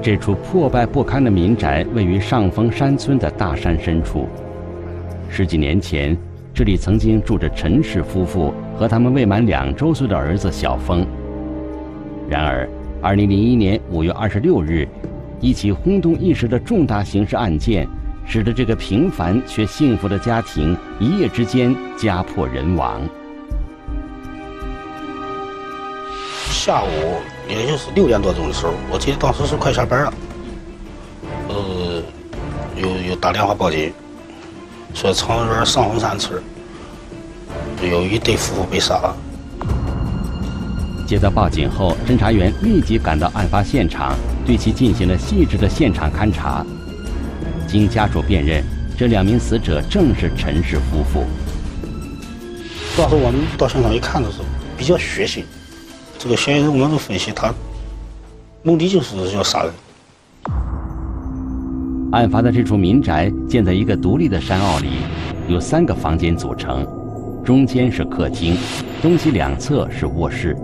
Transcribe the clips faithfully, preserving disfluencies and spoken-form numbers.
这处破败不堪的民宅位于上峰山村的大山深处。十几年前，这里曾经住着陈氏夫妇和他们未满两周岁的儿子小峰。然而，二零零一年五月二十六日，一起轰动一时的重大刑事案件，使得这个平凡却幸福的家庭一夜之间家破人亡。 下午也就是六点多钟的时候，我记得当时是快下班了，呃，有有打电话报警，说长园上红山村有一对夫妇被杀了。 接到报警后，侦查员立即赶到案发现场，对其进行了细致的现场勘查。经家属辨认，这两名死者正是陈氏夫妇。 当时我们到现场一看的时候，比较血腥。这个嫌疑人我们都分析，他目的就是要杀人。 案发的这处民宅建在一个独立的山坳里，由三个房间组成，中间是客厅，东西两侧是卧室。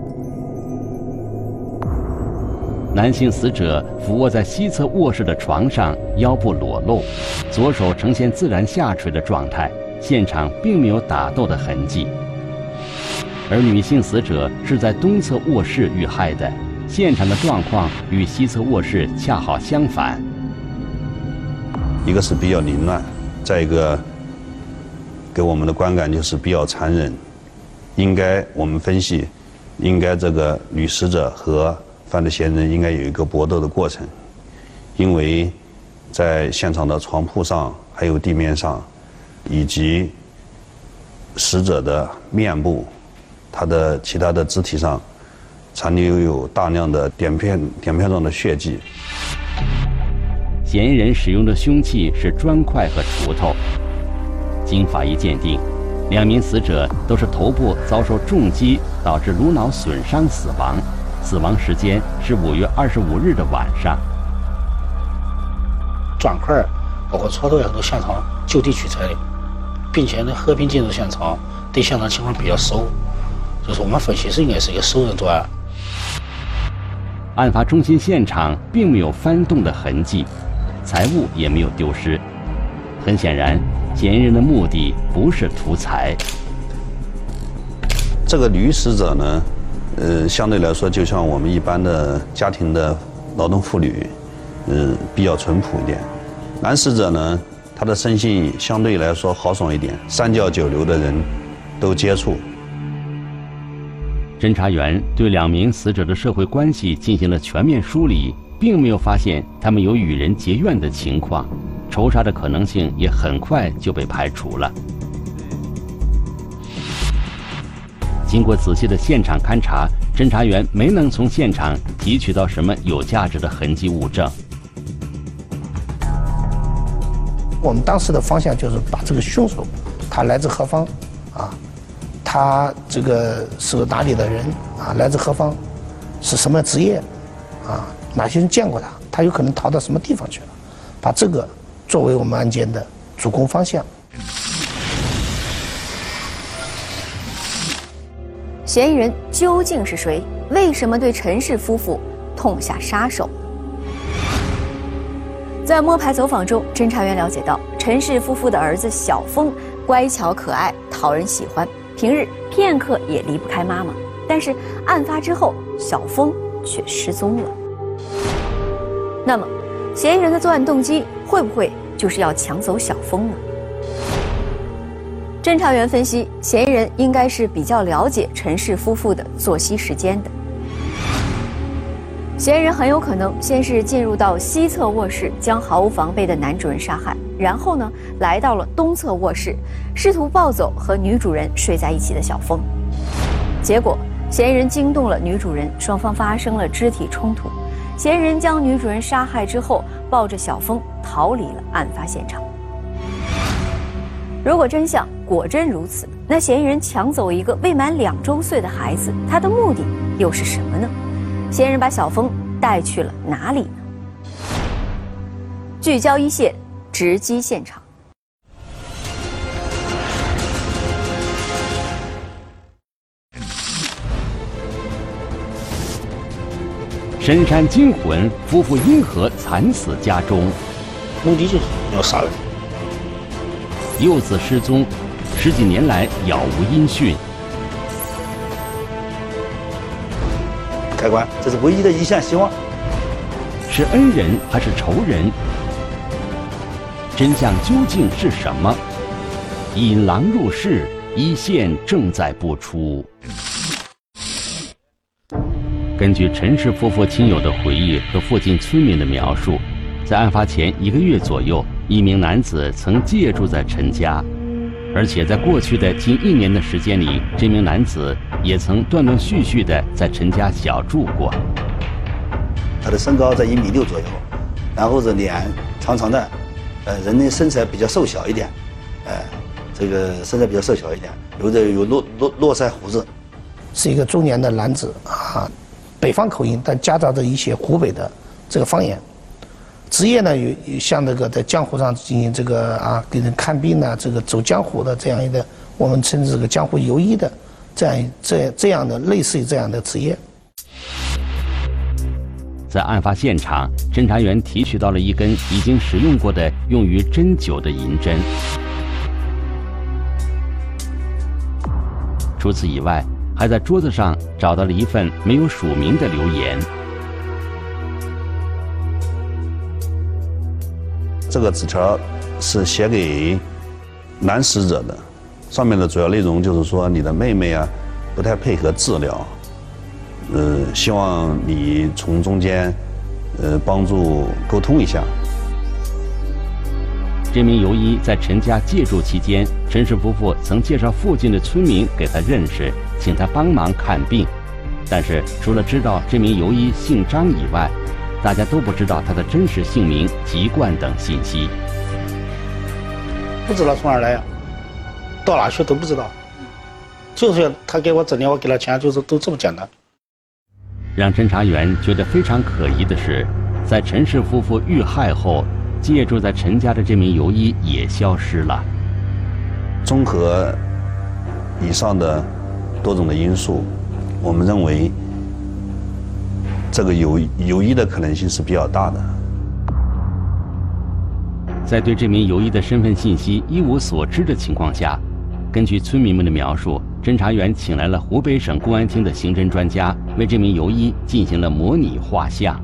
男性死者俯卧在西侧卧室的床上，腰部裸露，左手呈现自然下垂的状态，现场并没有打斗的痕迹。而女性死者是在东侧卧室遇害的，现场的状况与西侧卧室恰好相反。 一个是比较凌乱，再一个给我们的观感就是比较残忍。应该我们分析，应该这个女死者和犯罪嫌疑人应该有一个搏斗的过程，因为在现场的床铺上、还有地面上，以及死者的面部。他的其他的肢体上残留有大量的点片点片状的血迹。 嫌疑人使用的凶器是砖块和锄头。经法医鉴定，两名死者都是头部遭受重击导致颅脑损伤死亡，死亡时间是五月二十五日的晚上。 砖块包括锄头也都现场就地取材的，并且呢和平进入现场，对现场情况比较熟。就是我们分析是应该是一个熟人作案。 案发中心现场并没有翻动的痕迹，财物也没有丢失。很显然，嫌疑人的目的不是图财。 这个女死者呢，呃，相对来说就像我们一般的家庭的劳动妇女，嗯、呃，比较淳朴一点。男死者呢，他的生性相对来说豪爽一点，三教九流的人都接触。 侦查员对两名死者的社会关系进行了全面梳理，并没有发现他们有与人结怨的情况，仇杀的可能性也很快就被排除了。经过仔细的现场勘查，侦查员没能从现场提取到什么有价值的痕迹物证。 我们当时的方向就是把这个凶手，他来自何方，啊。他这个是哪里的人啊？来自何方？是什么职业？啊，哪些人见过他？他有可能逃到什么地方去了？把这个作为我们案件的主攻方向。 嫌疑人究竟是谁？为什么对陈氏夫妇痛下杀手？在摸排走访中，侦查员了解到，陈氏夫妇的儿子小峰乖巧可爱，讨人喜欢。平日片刻也离不开妈妈，但是案发之后，小峰却失踪了。那么，嫌疑人的作案动机会不会就是要抢走小峰呢？侦查员分析，嫌疑人应该是比较了解陈氏夫妇的作息时间的。嫌疑人很有可能先是进入到西侧卧室，将毫无防备的男主人杀害，然后呢，来到了东侧卧室，试图抱走和女主人睡在一起的小峰。结果，嫌疑人惊动了女主人，双方发生了肢体冲突。嫌疑人将女主人杀害之后，抱着小峰逃离了案发现场。如果真相果真如此，那嫌疑人抢走一个未满两周岁的孩子，他的目的又是什么呢？嫌疑人把小峰带去了哪里呢？聚焦一线，直击现场。 深山惊魂，夫妇因何惨死家中？ 目的就是要杀人。 幼子失踪，十几年来杳无音讯。 开棺，这是唯一的一线希望。 是恩人还是仇人？真相究竟是什么？引狼入室，一线正在播出。根据陈氏夫妇亲友的回忆和附近村民的描述，在案发前一个月左右，一名男子曾借住在陈家，而且在过去的近一年的时间里，这名男子也曾断断续续地在陈家小住过。 他的身高在一米六左右，然后是脸长长的，呃，人的身材比较瘦小一点，呃，这个身材比较瘦小一点，有的有络络络腮胡子， 是一个中年的男子啊，北方口音，但夹杂着一些湖北的这个方言。职业呢，有有像这个在江湖上进行这个啊，给人看病呢，这个走江湖的这样一个，我们称之这个江湖游医的这样这这样的类似于这样的职业。 在案发现场，侦查员提取到了一根已经使用过的用于针灸的银针。除此以外，还在桌子上找到了一份没有署名的留言。 这个纸条是写给男死者的，上面的主要内容就是说你的妹妹啊不太配合治疗，呃，希望你从中间呃帮助沟通一下。 这名游医在陈家借住期间，陈氏夫妇曾介绍附近的村民给他认识，请他帮忙看病。但是除了知道这名游医姓张以外，大家都不知道他的真实姓名、籍贯等信息。 不知道从哪儿来呀、啊，到哪去都不知道。就是他给我整点，我给他钱，就是都这么简单。 让侦查员觉得非常可疑的是，在陈氏夫妇遇害后，借住在陈家的这名游医也消失了。 综合以上的多种的因素，我们认为这个游游医的可能性是比较大的。 在对这名游医的身份信息一无所知的情况下，根据村民们的描述，侦查员请来了湖北省公安厅的刑侦专家，为这名游医进行了模拟画像。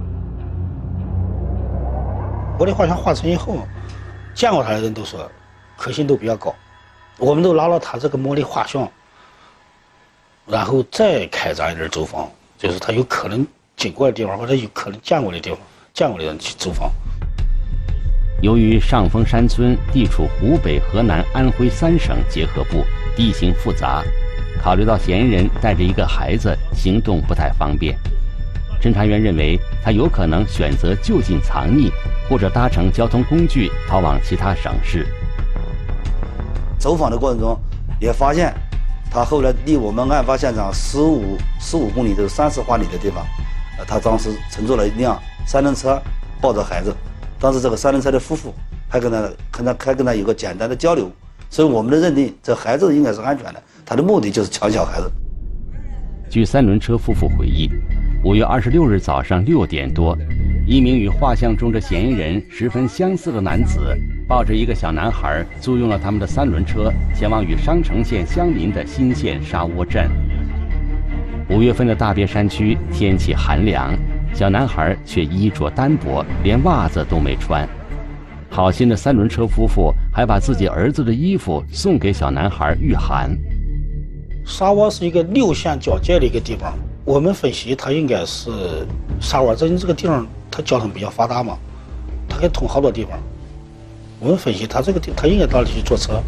我的画像画成以后，见过他的人都说可信度比较高。我们都拿了他这个模拟画像，然后再开展一点走访，就是他有可能经过的地方，或者有可能见过的地方，见过的人去走访。 由于上峰山村地处湖北、河南、安徽三省结合部，地形复杂，考虑到嫌疑人带着一个孩子，行动不太方便，侦查员认为他有可能选择就近藏匿，或者搭乘交通工具逃往其他省市。 走访的过程中，也发现他后来离我们案发现场十五十五公里，就是三十华里的地方，呃，他当时乘坐了一辆三轮车，抱着孩子。当时这个三轮车的夫妇还跟他跟他还跟他有个简单的交流，所以我们的认定，这孩子应该是安全的。他的目的就是抢小孩子。 据三轮车夫妇回忆，五月二十六日早上六点多，一名与画像中的嫌疑人十分相似的男子，抱着一个小男孩，租用了他们的三轮车，前往与商城县相邻的新县沙窝镇。五月份的大别山区天气寒凉，小男孩却衣着单薄，连袜子都没穿。好心的三轮车夫妇还把自己儿子的衣服送给小男孩御寒。 沙窝是一个六县交界的一个地方，我们分析它应该是沙窝镇这个地方，它交通比较发达嘛，它可以通好多地方。我们分析它这个地，它应该到底去坐车。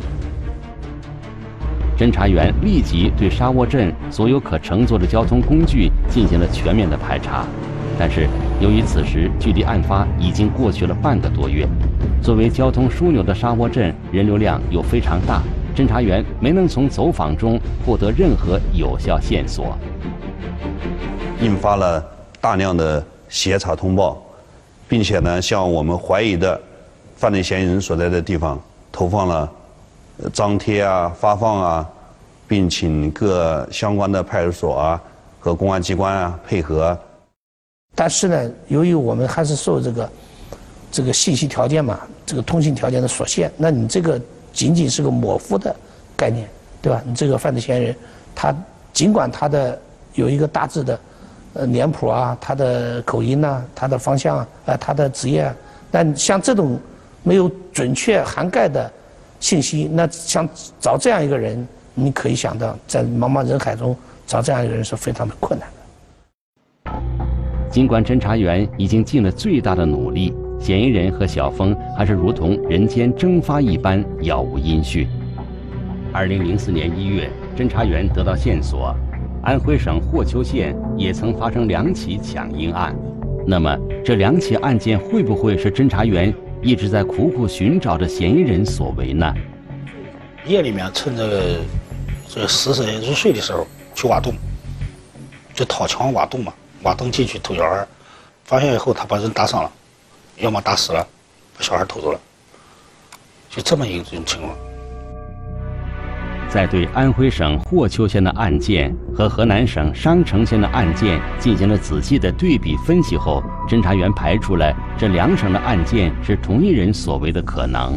侦查员立即对沙窝镇所有可乘坐的交通工具进行了全面的排查，但是由于此时距离案发已经过去了半个多月，作为交通枢纽的沙窝镇人流量又非常大，侦查员没能从走访中获得任何有效线索， 印发了大量的协查通报，并且呢，向我们怀疑的犯罪嫌疑人所在的地方投放了张贴啊、发放啊，并请各相关的派出所啊和公安机关啊配合。 但是呢，由于我们还是受这个这个信息条件嘛，这个通信条件的所限，那你这个仅仅是个模糊的概念，对吧？你这个犯罪嫌疑人，他尽管他的有一个大致的呃脸谱啊，他的口音呐、啊，他的方向啊、呃，他的职业啊，但像这种没有准确涵盖的信息，那像找这样一个人，你可以想到，在茫茫人海中找这样一个人是非常的困难的。 尽管侦查员已经尽了最大的努力，嫌疑人和小峰还是如同人间蒸发一般杳无音讯。二零零四年一月，侦查员得到线索，安徽省霍邱县也曾发生两起抢婴案。那么，这两起案件会不会是侦查员一直在苦苦寻找的嫌疑人所为呢？ 夜里面趁这个这个死者入睡的时候去挖洞，就掏墙挖洞嘛，挖洞进去偷小孩，发现以后他把人打伤了，要么打死了，把小孩偷走了，就这么一种情况。 在对安徽省霍邱县的案件和河南省商城县的案件进行了仔细的对比分析后，侦查员排除了这两省的案件是同一人所为的可能。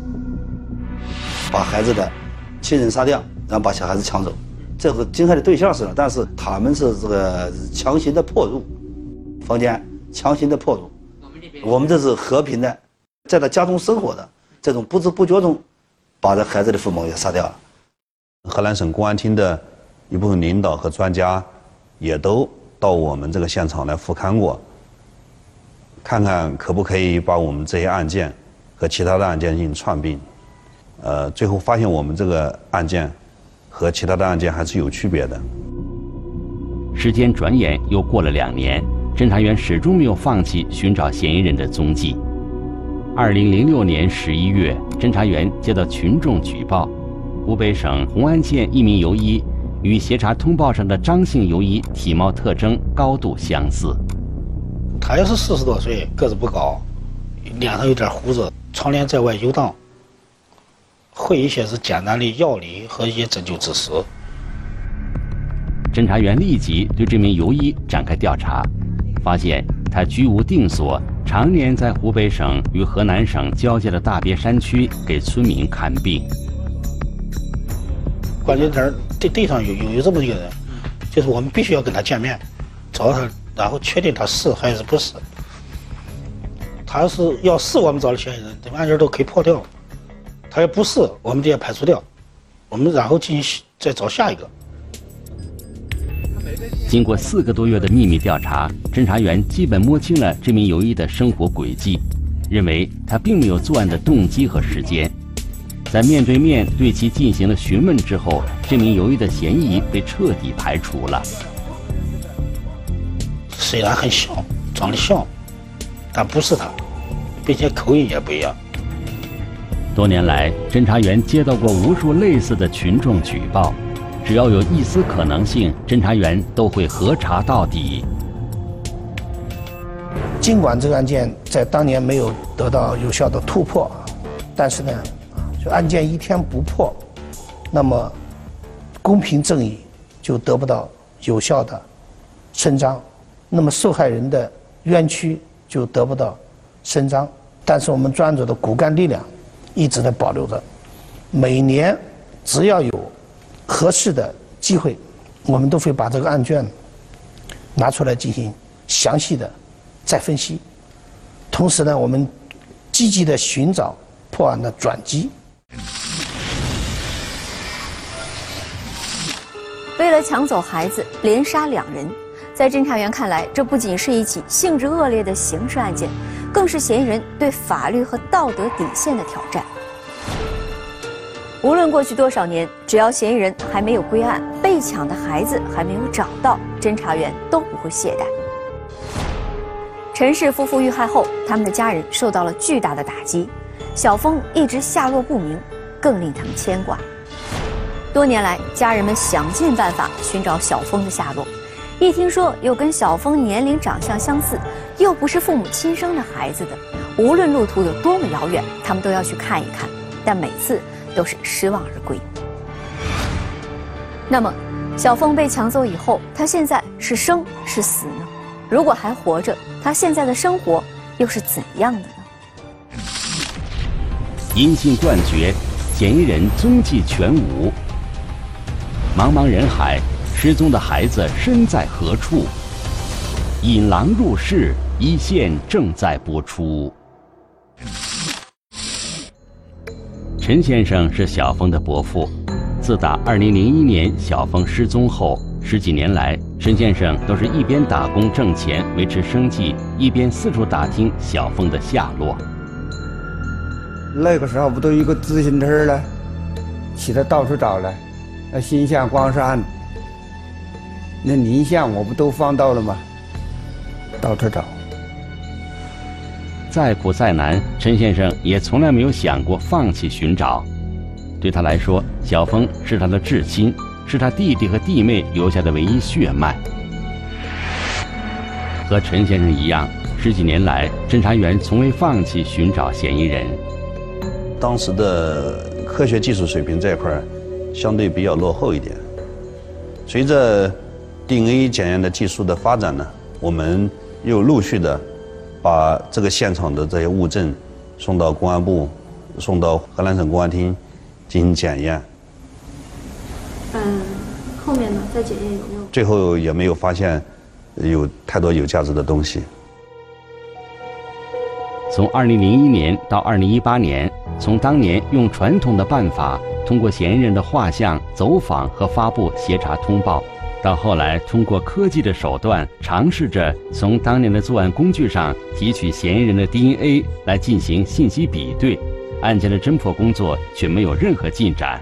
把孩子的亲人杀掉，然后把小孩子抢走。这个惊骇的对象是，但是他们是这个强行的破入房间，强行的破入。我们这是和平的，在他家中生活的，这种不知不觉中，把这孩子的父母也杀掉了。 河南省公安厅的一部分领导和专家也都到我们这个现场来复勘过，看看可不可以把我们这些案件和其他的案件进行串并。呃，最后发现我们这个案件和其他的案件还是有区别的。 时间转眼又过了两年，侦查员始终没有放弃寻找嫌疑人的踪迹。二零零六年十一月，侦查员接到群众举报，湖北省红安县一名游医与协查通报上的张姓游医体貌特征高度相似。 他也是四十多岁，个子不高，脸上有点胡子，常年在外游荡，会一些是简单的药理和一些针灸知识。 侦查员立即对这名游医展开调查，发现他居无定所，常年在湖北省与河南省交界的大别山区给村民看病。 关键点地地上有有有这么一个人，就是我们必须要跟他见面，找他，然后确定他是还是不是。他要是要是我们找的嫌疑人，这案件都可以破掉；他要不是，我们就要排除掉，我们然后进行再找下一个。 经过四个多月的秘密调查，侦查员基本摸清了这名游医的生活轨迹，认为他并没有作案的动机和时间。在面对面对其进行了询问之后，这名游医的嫌疑被彻底排除了。 虽然很像，长得像，但不是他，并且口音也不一样。 多年来，侦查员接到过无数类似的群众举报，只要有一丝可能性，侦查员都会核查到底。 尽管这个案件在当年没有得到有效的突破，但是呢，就案件一天不破，那么公平正义就得不到有效的伸张，那么受害人的冤屈就得不到伸张。但是我们专案组的骨干力量一直在保留着，每年只要有合适的机会，我们都会把这个案卷拿出来进行详细的再分析。同时呢，我们积极的寻找破案的转机。 为了抢走孩子，连杀两人，在侦查员看来，这不仅是一起性质恶劣的刑事案件，更是嫌疑人对法律和道德底线的挑战。无论过去多少年，只要嫌疑人还没有归案，被抢的孩子还没有找到，侦查员都不会懈怠。陈氏夫妇遇害后，他们的家人受到了巨大的打击，小峰一直下落不明，更令他们牵挂。多年来，家人们想尽办法寻找小峰的下落，一听说有跟小峰年龄长相相似，又不是父母亲生的孩子的，无论路途有多么遥远，他们都要去看一看，但每次都是失望而归。那么，小峰被抢走以后，他现在是生是死呢？ 如果还活着，他现在的生活又是怎样的呢？ 音信断绝，嫌疑人踪迹全无。茫茫人海，失踪的孩子身在何处？引狼入室，一线正在播出。陈先生是小峰的伯父，自打二零零一年小峰失踪后，十几年来，陈先生都是一边打工挣钱维持生计，一边四处打听小峰的下落。 那个时候不都有一个自行车了，骑着到处找了，那新乡、光山、那宁乡我不都放到了吗？到处找。 再苦再难，陈先生也从来没有想过放弃寻找。对他来说，小峰是他的至亲，是他弟弟和弟妹留下的唯一血脉。和陈先生一样，十几年来，侦查员从未放弃寻找嫌疑人。 当时的科学技术水平这一块相对比较落后一点。随着 D N A 检验的技术的发展呢，我们又陆续的把这个现场的这些物证送到公安部，送到河南省公安厅进行检验。 嗯，后面呢，再检验有没有？ 最后也没有发现有太多有价值的东西。 从二零零一年到二零一八年，从当年用传统的办法，通过嫌疑人的画像、走访和发布协查通报，到后来通过科技的手段，尝试着从当年的作案工具上提取嫌疑人的 D N A 来进行信息比对，案件的侦破工作却没有任何进展。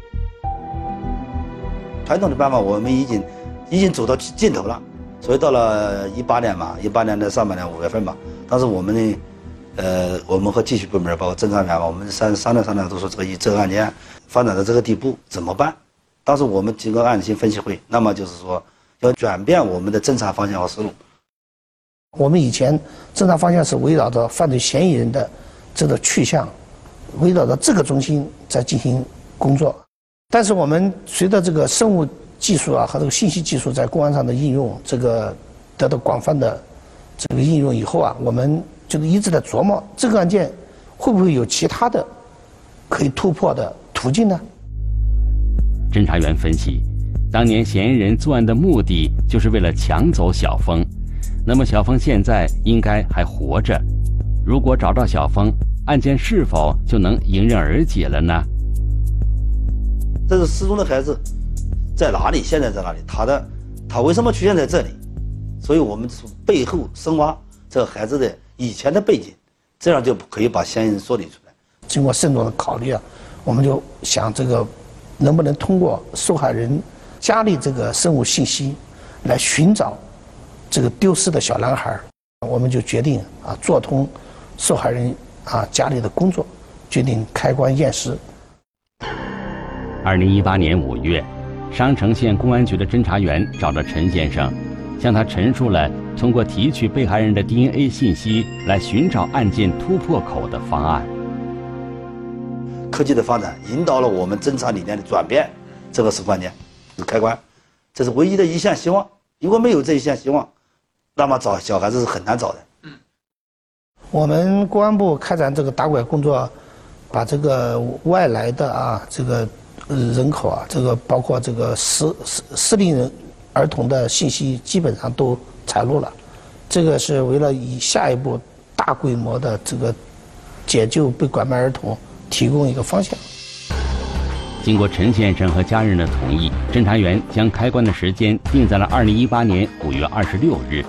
传统的办法我们已经已经走到尽头了，所以到了一八年嘛，一八年的上半年五月份吧，当时我们呢，呃，我们和纪律部门包括侦查员嘛，我们商商量商量，都说这个以这个案件发展到这个地步怎么办？当时我们经过案情分析会，那么就是说要转变我们的侦查方向和思路。 我们以前侦查方向是围绕着犯罪嫌疑人的这个去向，围绕着这个中心在进行工作。但是我们随着这个生物技术啊和这个信息技术在公安上的应用，这个得到广泛的这个应用以后啊，我们就是一直在琢磨这个案件会不会有其他的可以突破的途径呢？ 侦查员分析，当年嫌疑人作案的目的就是为了抢走小峰，那么小峰现在应该还活着。如果找到小峰，案件是否就能迎刃而解了呢？ 这个失踪的孩子在哪里？现在在哪里？他的他为什么出现在这里？所以我们从背后深挖这个孩子的以前的背景，这样就可以把嫌疑人梳理出来。 经过慎重的考虑啊，我们就想这个能不能通过受害人家里这个生物信息来寻找这个丢失的小男孩。我们就决定啊做通受害人啊家里的工作，决定开棺验尸。 二零一八年五月，商城县公安局的侦查员找到陈先生，向他陈述了通过提取被害人的 D N A 信息来寻找案件突破口的方案。 科技的发展引导了我们侦查理念的转变，这个是关键，是开关，这是唯一的一线希望。如果没有这一线希望，那么找小孩子是很难找的。 我们公安部开展这个打拐工作，把这个外来的啊这个人口啊，这个包括这个失失失灵人儿童的信息基本上都采录了，这个是为了以下一步大规模的这个解救被拐卖儿童提供一个方向。 经过陈先生和家人的同意，侦查员将开棺的时间定在了二零一八年五月二十六日。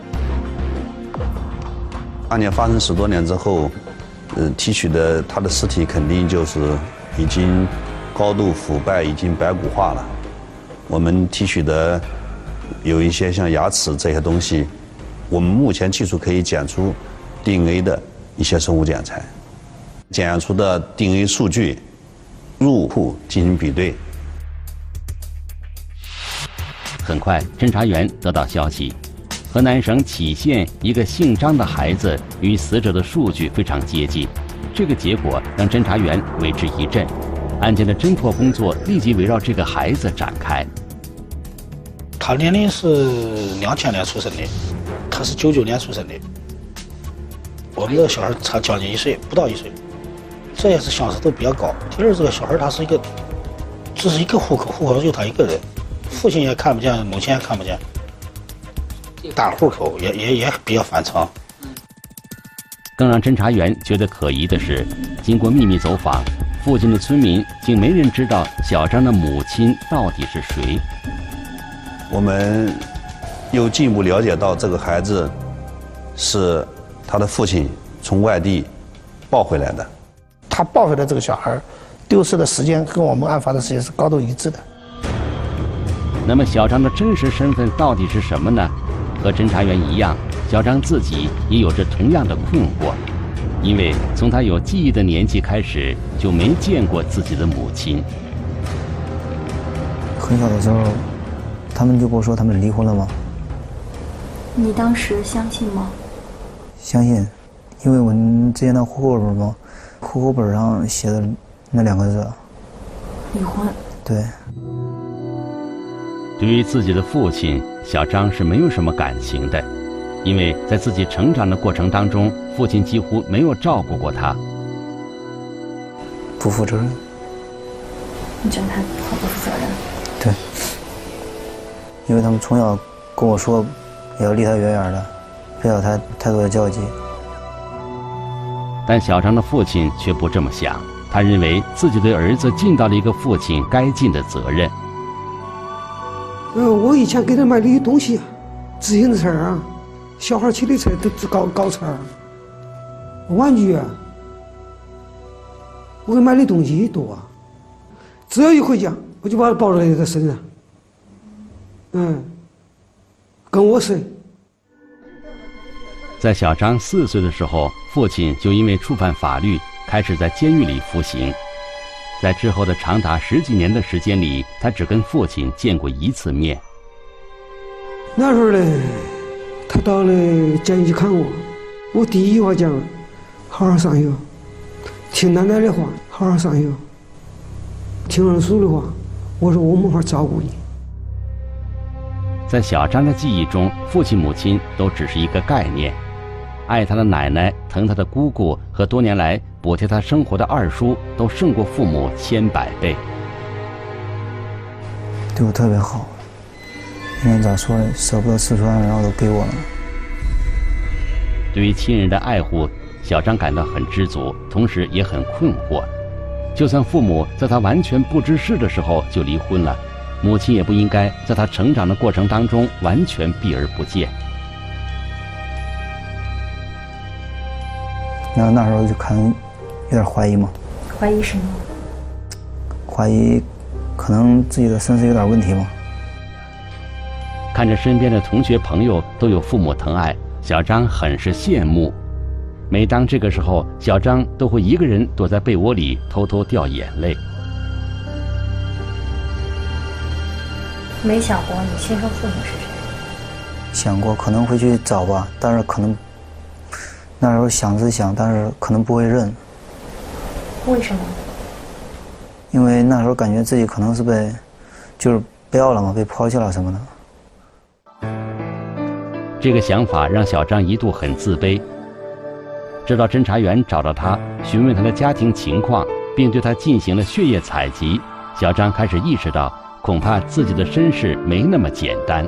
案件发生十多年之后，呃，提取的他的尸体肯定就是已经高度腐败，已经白骨化了。我们提取的有一些像牙齿这些东西，我们目前技术可以检出 D N A 的一些生物检材，检验出的 D N A 数据入库进行比对。 很快，侦查员得到消息，河南省杞县一个姓张的孩子与死者的数据非常接近，这个结果让侦查员为之一振。案件的侦破工作立即围绕这个孩子展开。 他年龄是两千年出生的， 他是九九年出生的，我们这个小孩差将近一岁，不到一岁，这也是相似度比较高。第二，这个小孩他是一个，只是一个户口，户口就他一个人，父亲也看不见，母亲也看不见，大户口也也也比较反常。 更让侦查员觉得可疑的是，经过秘密走访，附近的村民竟没人知道小张的母亲到底是谁。 我们又进一步了解到，这个孩子是他的父亲从外地抱回来的。 他抱回来这个小孩丢失的时间跟我们案发的时间是高度一致的。 那么小张的真实身份到底是什么呢？和侦查员一样，小张自己也有着同样的困惑，因为从他有记忆的年纪开始，就没见过自己的母亲。 很小的时候，他们就跟我说他们离婚了吗？ 你当时相信吗？ 相信，因为我们之前的户口本嘛，户口本上写的那两个字， 离婚。 对。 对于自己的父亲，小张是没有什么感情的，因为在自己成长的过程当中，父亲几乎没有照顾过他。 不负责任。 你觉得他他不负责任？ 对。因为他们从小跟我说，也要离他远远的，不要他太多的交集。 但小张的父亲却不这么想，他认为自己对儿子尽到了一个父亲该尽的责任。 呃，我以前给他买的东西，自行车啊，小孩骑的车都是高高车，玩具啊，我给买的东西多啊。只要一回家，我就把他抱在他身上，嗯，跟我睡。 在小张四岁的时候，父亲就因为触犯法律，开始在监狱里服刑。在之后的长达十几年的时间里，他只跟父亲见过一次面。 那时候呢，他到了监狱去看我，我第一句话讲：好好上学，听奶奶的话，好好上学。听二叔的话，我说我没法照顾你。 在小张的记忆中，父亲母亲都只是一个概念，爱他的奶奶、疼他的姑姑和多年来补贴他生活的二叔，都胜过父母千百倍。 对我特别好，应该咋说呢？舍不得吃穿，然后都给我了。 对于亲人的爱护，小张感到很知足，同时也很困惑。就算父母在他完全不知事的时候就离婚了，母亲也不应该在他成长的过程当中完全避而不见。 然后那时候就可能有点怀疑嘛。 怀疑什么？ 怀疑可能自己的身世有点问题嘛。 看着身边的同学朋友都有父母疼爱，小张很是羡慕。每当这个时候，小张都会一个人躲在被窝里偷偷掉眼泪。 没想过你亲生父母是谁？ 想过可能会去找吧，但是可能那时候想是想，但是可能不会认。 为什么？ 因为那时候感觉自己可能是被就是不要了嘛，被抛弃了什么的。 这个想法让小张一度很自卑。直到侦查员找到他，询问他的家庭情况，并对他进行了血液采集，小张开始意识到，恐怕自己的身世没那么简单。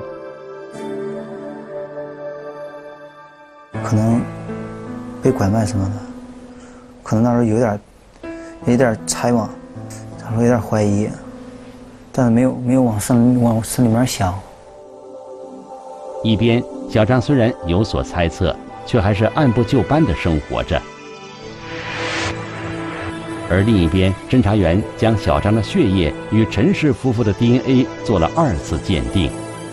可能被拐卖什么的，可能那时候有点有点猜嘛，他说有点怀疑，但是没有没有往深往深里面想。 一边，小张虽然有所猜测，却还是按部就班地生活着。而另一边，侦查员将小张的血液与陈氏夫妇的 D N A 做了二次鉴定，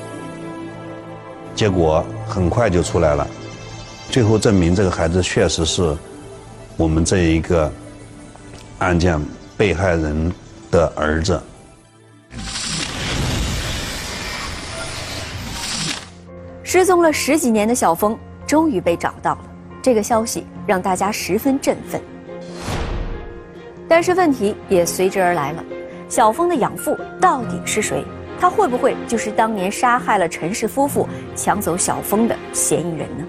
结果很快就出来了，最后证明这个孩子确实是我们这一个案件被害人的儿子。 失踪了十几年的小峰终于被找到了，这个消息让大家十分振奋。但是问题也随之而来了，小峰的养父到底是谁？ 他会不会就是当年杀害了陈氏夫妇、抢走小峰的嫌疑人呢？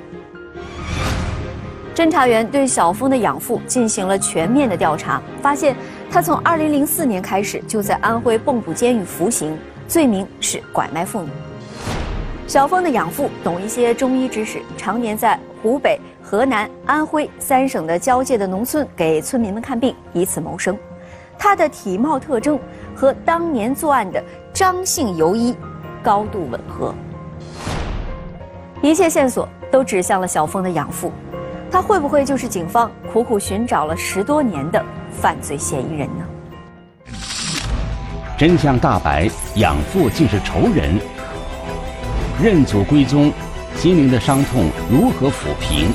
侦查员对小峰的养父进行了全面的调查，发现他从二零零四年开始就在安徽蚌埠监狱服刑，罪名是拐卖妇女。小峰的养父懂一些中医知识，常年在湖北、河南、安徽三省的交界的农村给村民们看病，以此谋生。他的体貌特征和当年作案的张姓游医高度吻合，一切线索都指向了小峰的养父。他会不会就是警方苦苦寻找了十多年的犯罪嫌疑人呢？ 真相大白，养父竟是仇人。认祖归宗，心灵的伤痛如何抚平？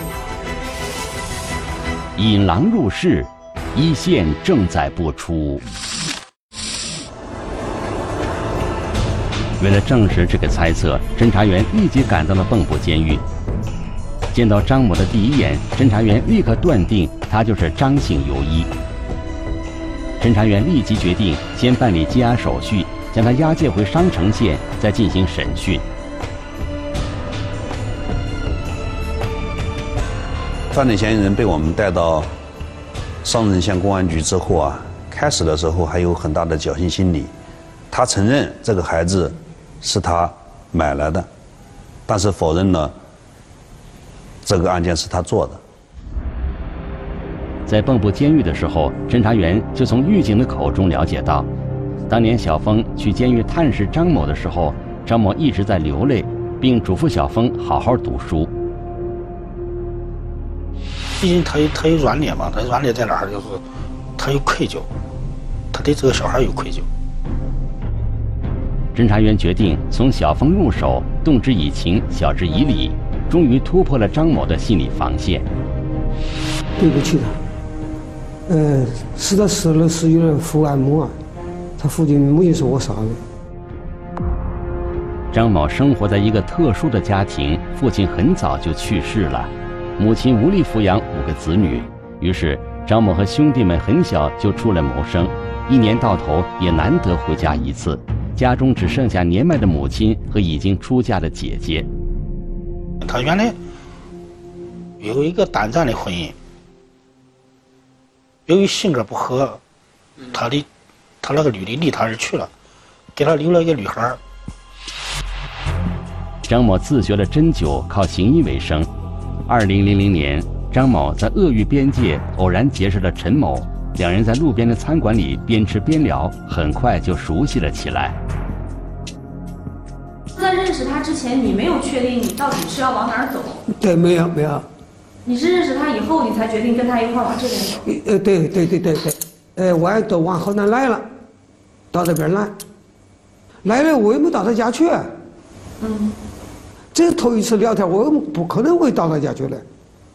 引狼入室，一线正在播出。为了证实这个猜测，侦查员立即赶到了蚌埠监狱。见到张某的第一眼，侦查员立刻断定他就是张姓游医。侦查员立即决定先办理羁押手续，将他押解回商城县，再进行审讯。 犯罪嫌疑人被我们带到商城县公安局之后啊，开始的时候还有很大的侥幸心理，他承认这个孩子是他买来的，但是否认了这个案件是他做的。 在蚌埠监狱的时候，侦查员就从狱警的口中了解到，当年小峰去监狱探视张某的时候，张某一直在流泪，并嘱咐小峰好好读书。 毕竟他有他有软肋嘛，他软肋在哪儿？就是他有愧疚，他对这个小孩有愧疚。 侦查员决定从小峰入手，动之以情，晓之以理，终于突破了张某的心理防线。 对不起他，呃，是他死了是有人父爱母爱，他父亲母亲是我杀的。 张某生活在一个特殊的家庭，父亲很早就去世了，母亲无力抚养五个子女，于是张某和兄弟们很小就出来谋生，一年到头也难得回家一次，家中只剩下年迈的母亲和已经出嫁的姐姐。 他原来有一个短暂的婚姻，由于性格不合，他的他那个女的离他而去了，给他留了一个女孩。 张某自学了针灸，靠行医为生。二零零零年，张某在鄂豫边界偶然结识了陈某，两人在路边的餐馆里边吃边聊，很快就熟悉了起来。 在认识他之前，你没有确定你到底是要往哪儿走？ 对，没有没有。 你是认识他以后，你才决定跟他一块儿往这边走？ 呃，对对对对对，呃，我都往河南来了，到这边来，来了我也没到他家去。 嗯。 这是头一次聊天，我不可能会到他家去的。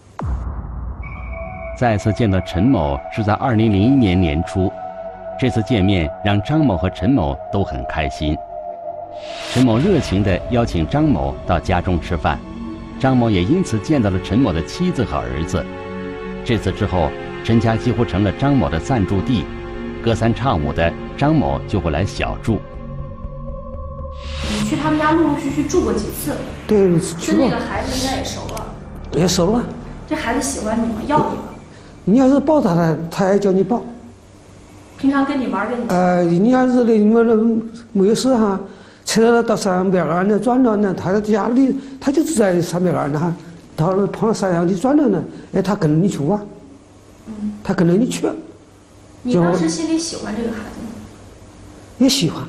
再次见到陈某是在二零零一年年初，这次见面让张某和陈某都很开心。陈某热情地邀请张某到家中吃饭，张某也因此见到了陈某的妻子和儿子。这次之后，陈家几乎成了张某的暂住地，隔三差五的张某就会来小住。 你去他们家陆陆续续住过几次？ 对， 跟那个孩子应该也熟了。 也熟了。 这孩子喜欢你吗？要你吗？ 你要是抱他，他他也叫你抱。 平常跟你玩，跟你。 呃，你要是你们没有事哈，车到山边儿那转转呢，他在家里，他就住在山边儿那哈，到了碰到山上的转转呢，哎，他跟着你去玩。嗯。他跟着你去。 你当时心里喜欢这个孩子吗？ 也喜欢。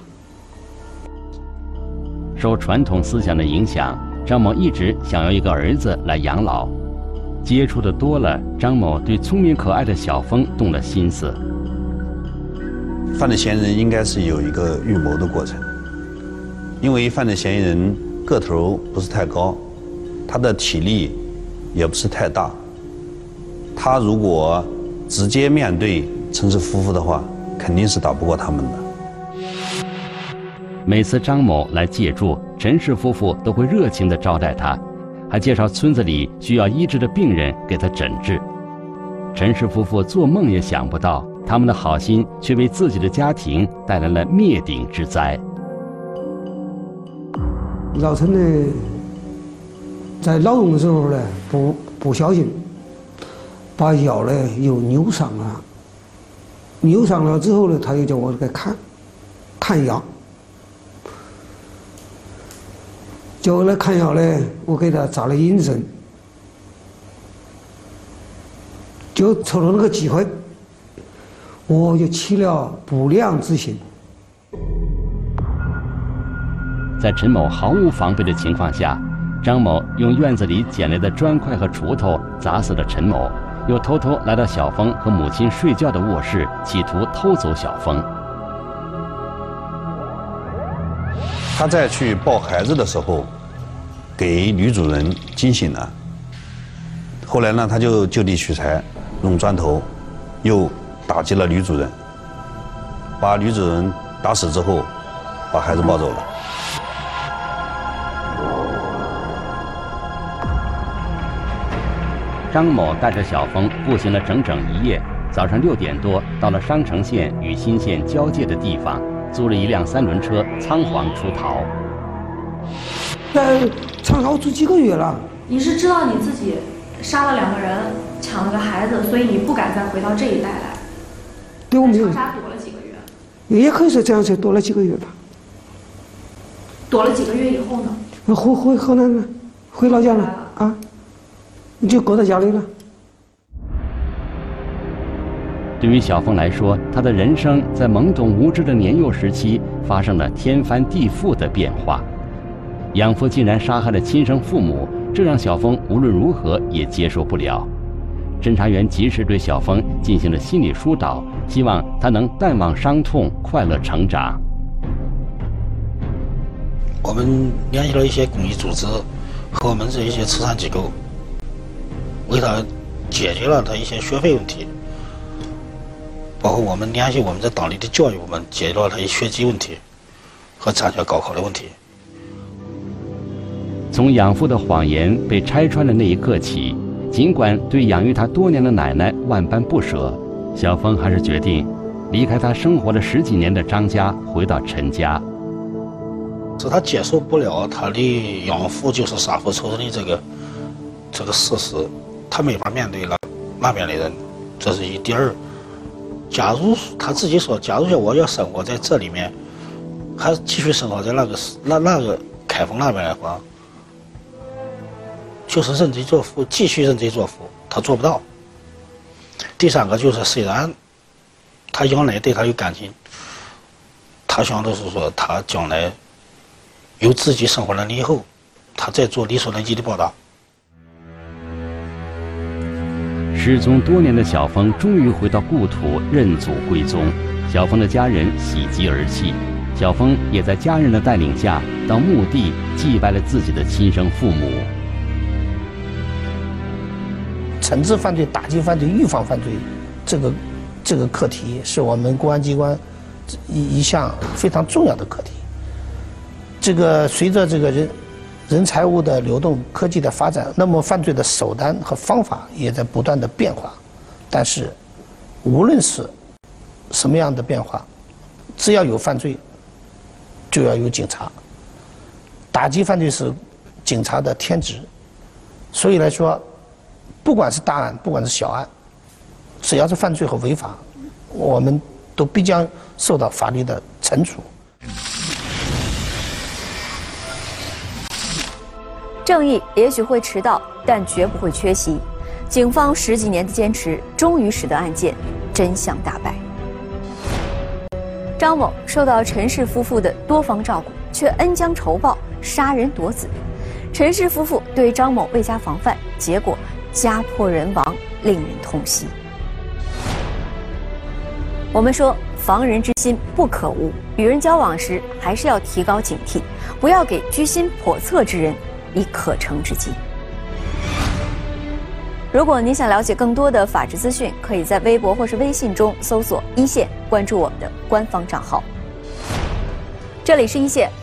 受传统思想的影响，张某一直想要一个儿子来养老。接触的多了，张某对聪明可爱的小峰动了心思。 犯罪嫌疑人应该是有一个预谋的过程，因为犯罪嫌疑人个头不是太高，他的体力也不是太大，他如果直接面对陈氏夫妇的话，肯定是打不过他们的。 每次张某来借住，陈氏夫妇都会热情地招待他，还介绍村子里需要医治的病人给他诊治。陈氏夫妇做梦也想不到，他们的好心却为自己的家庭带来了灭顶之灾。 兆成呢，在劳动的时候呢，不不小心把腰呢又扭伤了。扭伤了之后呢，他又叫我给看看腰。叫我来看药呢，我给他扎了引针，就瞅到那个机会，我就起了不良之心。 在陈某毫无防备的情况下，张某用院子里捡来的砖块和锄头砸死了陈某，又偷偷来到小峰和母亲睡觉的卧室，企图偷走小峰。 他在去抱孩子的时候，给女主人惊醒了。后来呢，他就就地取材，用砖头又打击了女主人，把女主人打死之后，把孩子抱走了。 张某带着小峰步行了整整一夜，早上六点多到了商城县与新县交界的地方，租了一辆三轮车，仓皇出逃。 在长沙住几个月了。 你是知道你自己杀了两个人，抢了个孩子，所以你不敢再回到这一带来。 对，我没有。 长沙躲了几个月。 也可以说这样，才躲了几个月吧。 躲了几个月以后呢？ 回回河南了，回老家了啊，你就搁在家里了。 对于小峰来说，他的人生在懵懂无知的年幼时期发生了天翻地覆的变化。养父竟然杀害了亲生父母，这让小峰无论如何也接受不了。侦查员及时对小峰进行了心理疏导，希望他能淡忘伤痛，快乐成长。 我们联系了一些公益组织和我们这一些慈善机构，为他解决了他一些学费问题，包括我们联系我们在当地的教育部门，解决了他一学籍问题和参加高考的问题。 从养父的谎言被拆穿的那一刻起，尽管对养育他多年的奶奶万般不舍，小峰还是决定离开他生活了十几年的张家，回到陈家。 是他接受不了他的养父就是杀父仇人的这个这个事实，他没法面对了那边的人，这是一。第二，假如他自己说，假如说我要生活在这里面，还继续生活在那个那那个开封那边的话，就是认贼作父，继续认贼作父，他做不到。第三个就是，虽然他养奶对他有感情，他想的是说，他将来有自己生活能力以后，他再做力所能及的报答。 失踪多年的小峰终于回到故土，认祖归宗。小峰的家人喜极而泣，小峰也在家人的带领下到墓地祭拜了自己的亲生父母。 惩治犯罪、打击犯罪、预防犯罪，这个这个课题是我们公安机关一一项非常重要的课题。这个随着这个人人财物的流动、科技的发展，那么犯罪的手段和方法也在不断的变化。但是，无论是什么样的变化，只要有犯罪，就要有警察。打击犯罪是警察的天职，所以来说，不管是大案，不管是小案，只要是犯罪和违法，我们都必将受到法律的惩处。 正义也许会迟到，但绝不会缺席。警方十几年的坚持，终于使得案件真相大白。张某受到陈氏夫妇的多方照顾，却恩将仇报，杀人夺子。陈氏夫妇对张某未加防范，结果家破人亡，令人痛惜。我们说，防人之心不可无，与人交往时还是要提高警惕，不要给居心叵测之人以可乘之机。如果您想了解更多的法治资讯，可以在微博或是微信中搜索一线，关注我们的官方账号。这里是一线，